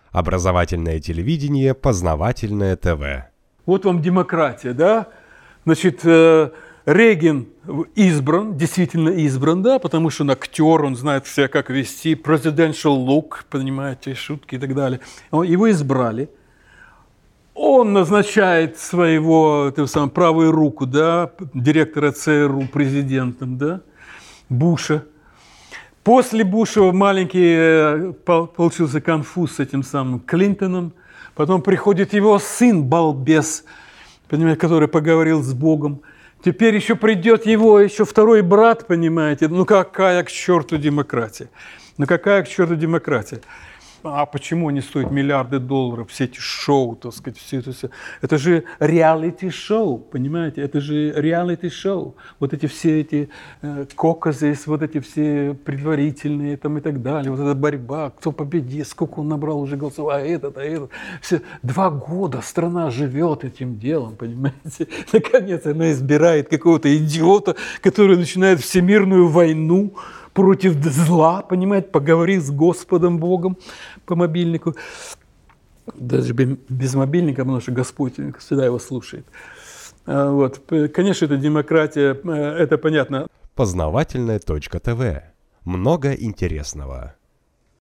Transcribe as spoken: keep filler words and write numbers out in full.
Образовательное телевидение, познавательное ТВ. Вот вам демократия, да? Значит, э, Рейган избран, действительно избран, да, потому что он актер, он знает себя, как вести, presidential look, понимаете, шутки и так далее. Его избрали. Он назначает своего ту самую, правую руку, да, директора ЦРУ президентом, да, Буша. После Буша маленький получился конфуз с этим самым Клинтоном. Потом приходит его сын, балбес, понимаете, который поговорил с Богом. Теперь еще придет его еще второй брат, понимаете. Ну какая к черту демократия? Ну какая к черту демократия? А почему они стоят миллиарды долларов, все эти шоу, так сказать, все это все. Это же реалити-шоу, понимаете? Это же реалити-шоу. Вот эти все эти э, коказы, вот эти все предварительные там и так далее. Вот эта борьба, кто победит, сколько он набрал уже голосов, а этот, а этот. Все. Два года страна живет этим делом, понимаете? Наконец она избирает какого-то идиота, который начинает всемирную войну против зла, понимаете, поговори с Господом Богом по мобильнику. Даже без мобильника, потому что Господь всегда его слушает. Вот. Конечно, это демократия, это понятно. Познавательное точка ТВ. Много интересного.